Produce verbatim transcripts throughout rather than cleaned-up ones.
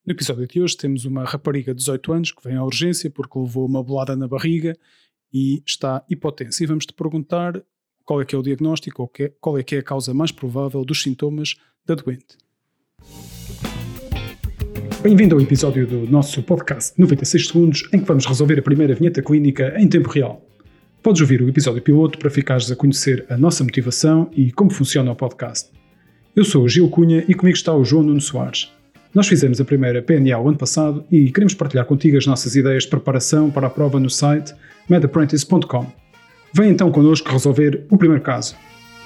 No episódio de hoje temos uma rapariga de dezoito anos que vem à urgência porque levou uma bolada na barriga e está hipotensa. E vamos-te perguntar qual é que é o diagnóstico ou qual é que é a causa mais provável dos sintomas da doente. Bem-vindo ao episódio do nosso podcast noventa e seis segundos, em que vamos resolver a primeira vinheta clínica em tempo real. Podes ouvir o episódio piloto para ficares a conhecer a nossa motivação e como funciona o podcast. Eu sou o Gil Cunha e comigo está o João Nuno Soares. Nós fizemos a primeira P N A o ano passado e queremos partilhar contigo as nossas ideias de preparação para a prova no site med apprentice ponto com. Vem então connosco resolver o primeiro caso.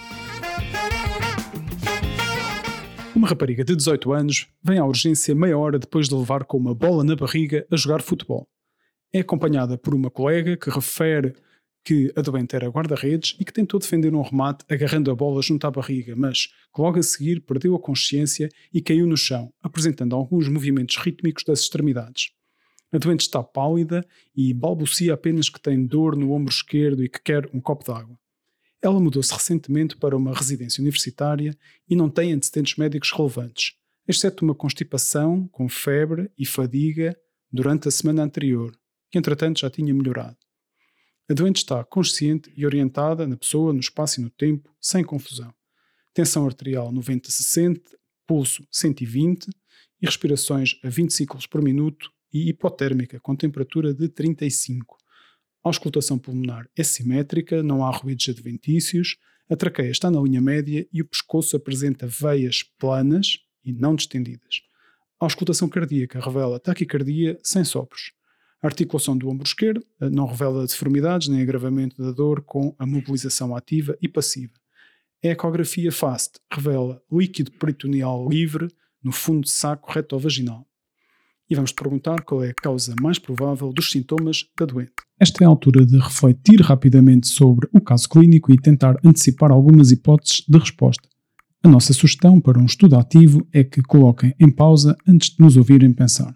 Uma rapariga de dezoito anos vem à urgência meia hora depois de levar com uma bola na barriga a jogar futebol. É acompanhada por uma colega que refere que a doente era guarda-redes e que tentou defender um remate agarrando a bola junto à barriga, mas que logo a seguir perdeu a consciência e caiu no chão, apresentando alguns movimentos rítmicos das extremidades. A doente está pálida e balbucia apenas que tem dor no ombro esquerdo e que quer um copo de água. Ela mudou-se recentemente para uma residência universitária e não tem antecedentes médicos relevantes, exceto uma constipação com febre e fadiga durante a semana anterior, que entretanto já tinha melhorado. A doente está consciente e orientada na pessoa, no espaço e no tempo, sem confusão. Tensão arterial noventa a sessenta, pulso cento e vinte e respirações a vinte ciclos por minuto e hipotérmica com temperatura de trinta e cinco. A auscultação pulmonar é simétrica, não há ruídos adventícios, a traqueia está na linha média e o pescoço apresenta veias planas e não distendidas. A auscultação cardíaca revela taquicardia sem sopros. A articulação do ombro esquerdo não revela deformidades nem agravamento da dor com a mobilização ativa e passiva. A ecografia FAST revela líquido peritoneal livre no fundo de saco retovaginal. E vamos perguntar qual é a causa mais provável dos sintomas da doente. Esta é a altura de refletir rapidamente sobre o caso clínico e tentar antecipar algumas hipóteses de resposta. A nossa sugestão para um estudo ativo é que coloquem em pausa antes de nos ouvirem pensar.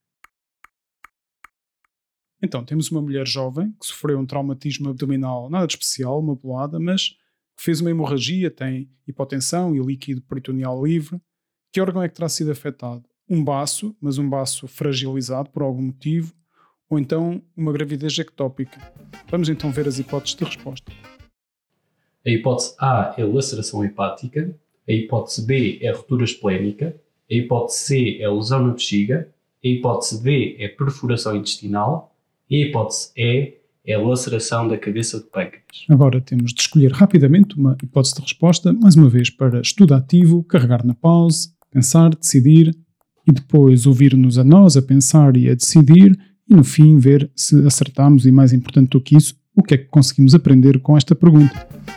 Então, temos uma mulher jovem que sofreu um traumatismo abdominal nada de especial, uma bolada, mas que fez uma hemorragia, tem hipotensão e líquido peritoneal livre. Que órgão é que terá sido afetado? Um baço, mas um baço fragilizado por algum motivo, ou então uma gravidez ectópica. Vamos então ver as hipóteses de resposta. A hipótese A é laceração hepática, a hipótese B é rotura esplénica, a hipótese C é lesão na bexiga, a hipótese D é perfuração intestinal, e a hipótese E é a laceração da cabeça de pâncreas. Agora temos de escolher rapidamente uma hipótese de resposta, mais uma vez para estudo ativo, carregar na pause, pensar, decidir e depois ouvir-nos a nós a pensar e a decidir e no fim ver se acertamos e, mais importante do que isso, o que é que conseguimos aprender com esta pergunta.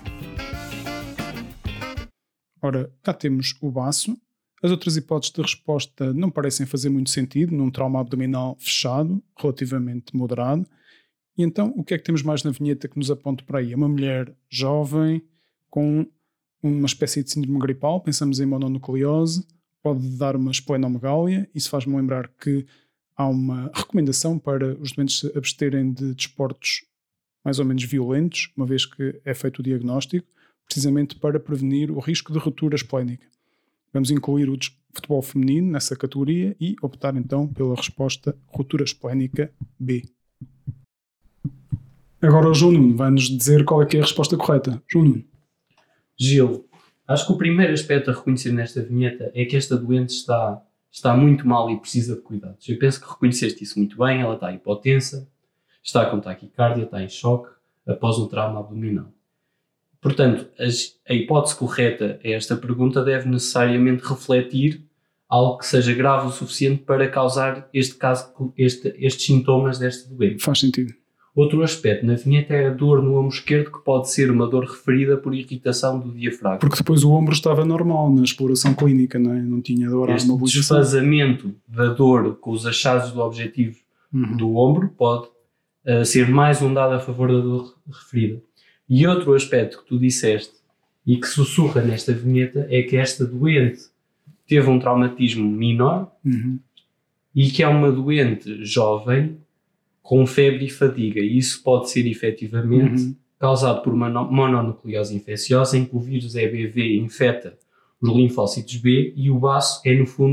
Ora, cá temos o baço. As outras hipóteses de resposta não parecem fazer muito sentido num trauma abdominal fechado, relativamente moderado. E então, o que é que temos mais na vinheta que nos aponta para aí? É uma mulher jovem com uma espécie de síndrome gripal, pensamos em mononucleose, pode dar uma esplenomegália. Isso faz-me lembrar que há uma recomendação para os doentes se absterem de desportos mais ou menos violentos, uma vez que é feito o diagnóstico, precisamente para prevenir o risco de ruptura esplénica. Vamos incluir o futebol feminino nessa categoria e optar então pela resposta ruptura esplénica B. Agora o João Nuno vai-nos dizer qual é que é a resposta correta. João Nuno. Gil, acho que o primeiro aspecto a reconhecer nesta vinheta é que esta doente está, está muito mal e precisa de cuidados. Eu penso que reconheceste isso muito bem. Ela está hipotensa, está com taquicardia, está em choque após um trauma abdominal. Portanto, a hipótese correta a esta pergunta deve necessariamente refletir algo que seja grave o suficiente para causar este caso, este, estes sintomas desta doente. Faz sentido. Outro aspecto na vinheta é a dor no ombro esquerdo, que pode ser uma dor referida por irritação do diafragma. Porque depois o ombro estava normal na exploração clínica, não é? Não tinha dor à mobilização. Este desfazamento da dor com os achados do objetivo uhum. do ombro pode uh, ser mais um dado a favor da dor referida. E outro aspecto que tu disseste e que sussurra nesta vinheta é que esta doente teve um traumatismo menor uhum. e que é uma doente jovem com febre e fadiga. E isso pode ser efetivamente uhum. causado por uma mononucleose infecciosa em que o vírus E B V infecta os linfócitos B e o baço é no fundo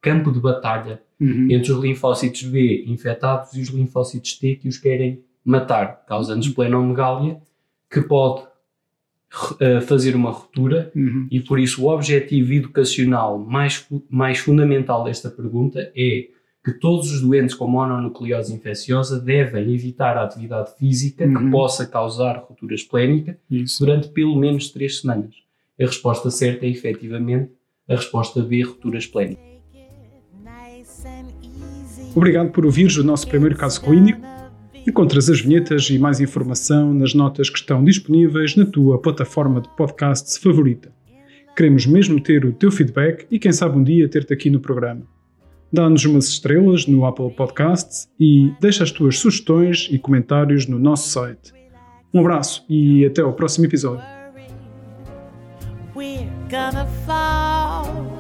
campo de batalha Uhum. entre os linfócitos B infectados e os linfócitos T que os querem matar, causando esplenomegalia, que pode uh, fazer uma ruptura. Uhum. E por isso o objetivo educacional mais, mais fundamental desta pergunta é que todos os doentes com mononucleose infecciosa devem evitar a atividade física Uhum. que possa causar ruptura esplénica Isso. durante pelo menos três semanas. A resposta certa é, efetivamente, a resposta B, ruptura esplénica. Obrigado por ouvires o nosso primeiro caso clínico. Encontras as vinhetas e mais informação nas notas que estão disponíveis na tua plataforma de podcasts favorita. Queremos mesmo ter o teu feedback e quem sabe um dia ter-te aqui no programa. Dá-nos umas estrelas no Apple Podcasts e deixa as tuas sugestões e comentários no nosso site. Um abraço e até ao próximo episódio. We're gonna fall.